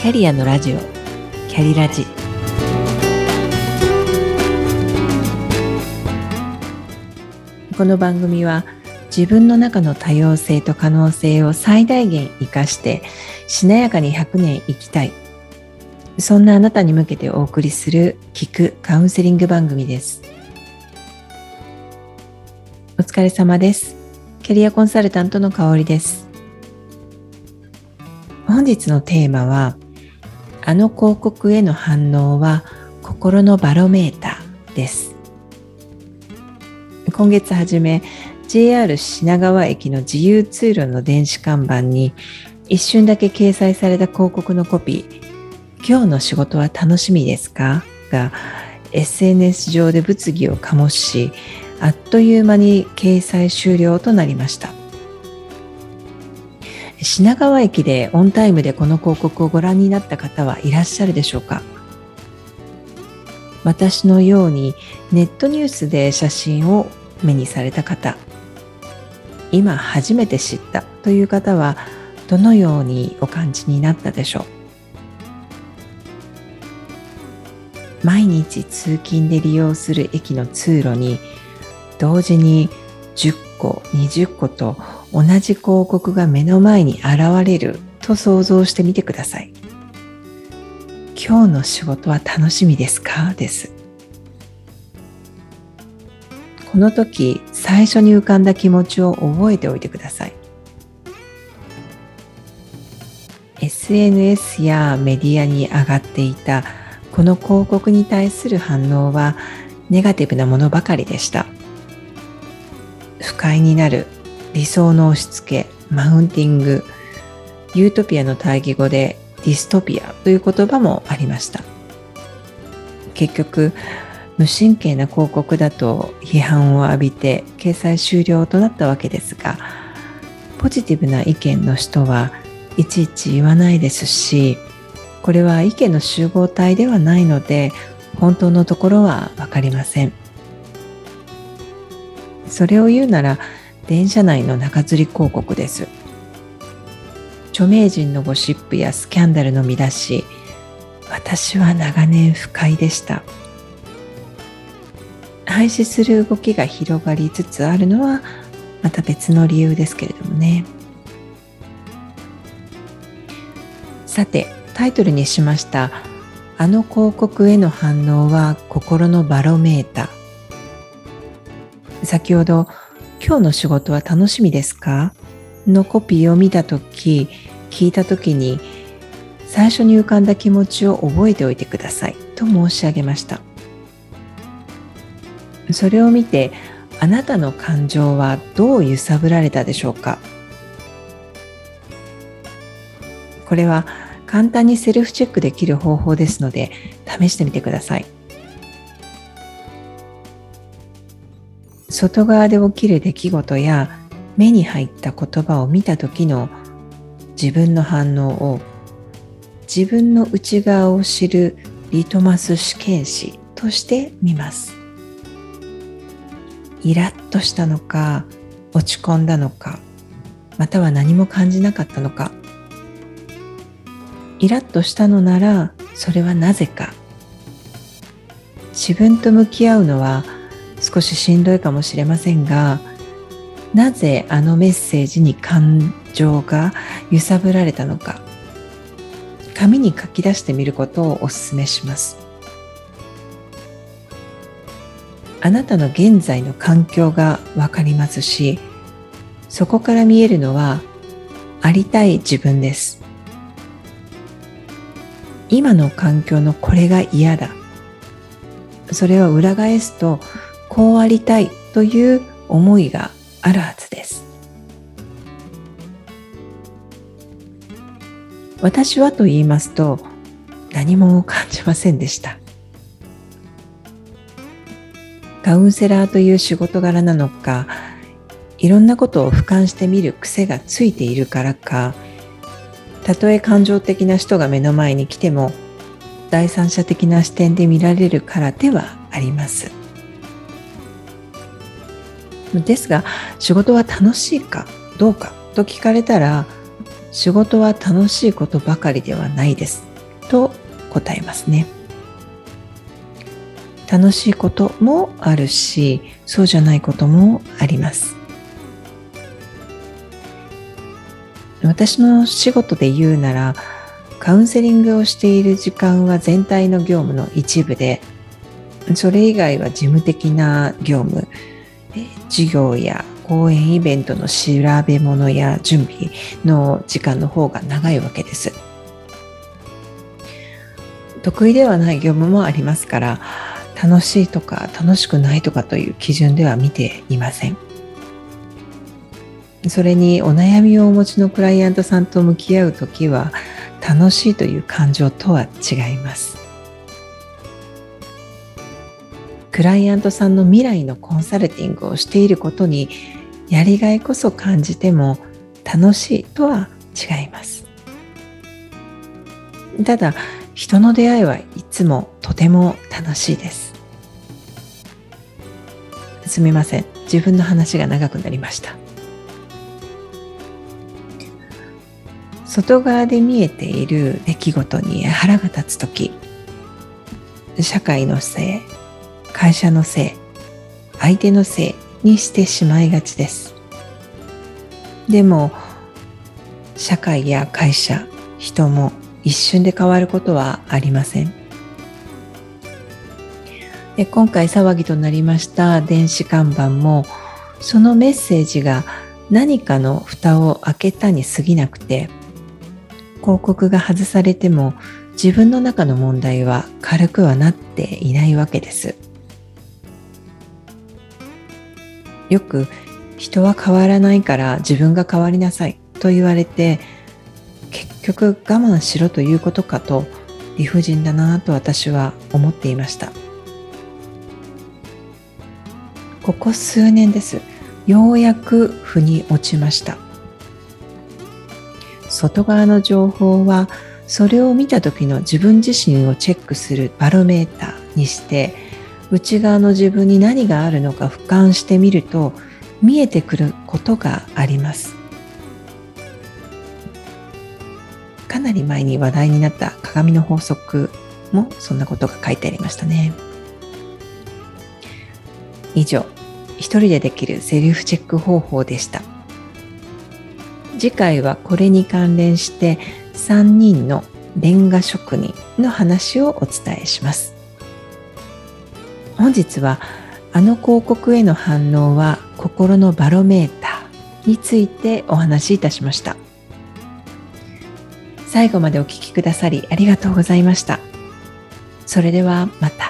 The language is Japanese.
キャリアのラジオ、キャリラジ。この番組は自分の中の多様性と可能性を最大限生かしてしなやかに100年生きたい、そんなあなたに向けてお送りする聞くカウンセリング番組です。お疲れ様です。キャリアコンサルタントの香里です。本日のテーマは、あの広告への反応は心のバロメーターです。今月初め JR 品川駅の自由通路の電子看板に一瞬だけ掲載された広告のコピー、今日の仕事は楽しみですかが SNS 上で物議を醸し、あっという間に掲載終了となりました。品川駅でオンタイムでこの広告をご覧になった方はいらっしゃるでしょうか。私のようにネットニュースで写真を目にされた方、今初めて知ったという方はどのようにお感じになったでしょう。毎日通勤で利用する駅の通路に同時に10個、20個と同じ広告が目の前に現れると想像してみてください。今日の仕事は楽しみですかです。この時最初に浮かんだ気持ちを覚えておいてください。SNS やメディアに上がっていたこの広告に対する反応はネガティブなものばかりでした。不快になる、理想の押し付け、マウンティング、ユートピアの対義語でディストピアという言葉もありました。結局無神経な広告だと批判を浴びて掲載終了となったわけですが、ポジティブな意見の人はいちいち言わないですし、これは意見の集合体ではないので本当のところは分かりません。それを言うなら電車内の中吊り広告です。著名人のゴシップやスキャンダルの見出し、私は長年不快でした。廃止する動きが広がりつつあるのはまた別の理由ですけれどもね。さて、タイトルにしましたあの広告への反応は心のバロメーター。先ほど今日の仕事は楽しみですかのコピーを見たとき、聞いたときに最初に浮かんだ気持ちを覚えておいてくださいと申し上げました。それを見てあなたの感情はどう揺さぶられたでしょうか。これは簡単にセルフチェックできる方法ですので試してみてください。外側で起きる出来事や目に入った言葉を見た時の自分の反応を自分の内側を知るリトマス試験紙として見ます。イラッとしたのか、落ち込んだのか、または何も感じなかったのか。イラッとしたのならそれはなぜか。自分と向き合うのは少ししんどいかもしれませんが、なぜあのメッセージに感情が揺さぶられたのか、紙に書き出してみることをお勧めします。あなたの現在の環境がわかりますし、そこから見えるのはありたい自分です。今の環境のこれが嫌だ。それを裏返すとこうありたいという思いがあるはずです。私はと言いますと何も感じませんでした。カウンセラーという仕事柄なのか、いろんなことを俯瞰してみる癖がついているからか、たとえ感情的な人が目の前に来ても第三者的な視点で見られるからではあります。ですが、仕事は楽しいかどうかと聞かれたら、仕事は楽しいことばかりではないです。 と答えますね。楽しいこともあるし、そうじゃないこともあります。私の仕事で言うなら、カウンセリングをしている時間は全体の業務の一部で、それ以外は事務的な業務、授業や講演イベントの調べ物や準備の時間の方が長いわけです。得意ではない業務もありますから、楽しいとか楽しくないとかという基準では見ていません。それにお悩みをお持ちのクライアントさんと向き合うときは、楽しいという感情とは違います。クライアントさんの未来のコンサルティングをしていることにやりがいこそ感じても、楽しいとは違います。ただ、人の出会いはいつもとても楽しいです。すみません。自分の話が長くなりました。外側で見えている出来事に腹が立つとき、社会のせい、会社のせい、相手のせいにしてしまいがちです。でも、社会や会社、人も一瞬で変わることはありません。で、今回騒ぎとなりました電子看板も、そのメッセージが何かの蓋を開けたに過ぎなくて、広告が外されても自分の中の問題は軽くはなっていないわけです。よく人は変わらないから自分が変わりなさいと言われて、結局我慢しろということかと理不尽だなと私は思っていました。ここ数年です。ようやく腑に落ちました。外側の情報はそれを見た時の自分自身をチェックするバロメーターにして、内側の自分に何があるのか俯瞰してみると見えてくることがあります。かなり前に話題になった鏡の法則もそんなことが書いてありましたね。以上、一人でできるセルフチェック方法でした。次回はこれに関連して3人のレンガ職人の話をお伝えします。本日はあの広告への反応は心のバロメーターについてお話しいたしました。最後までお聞きくださりありがとうございました。それではまた。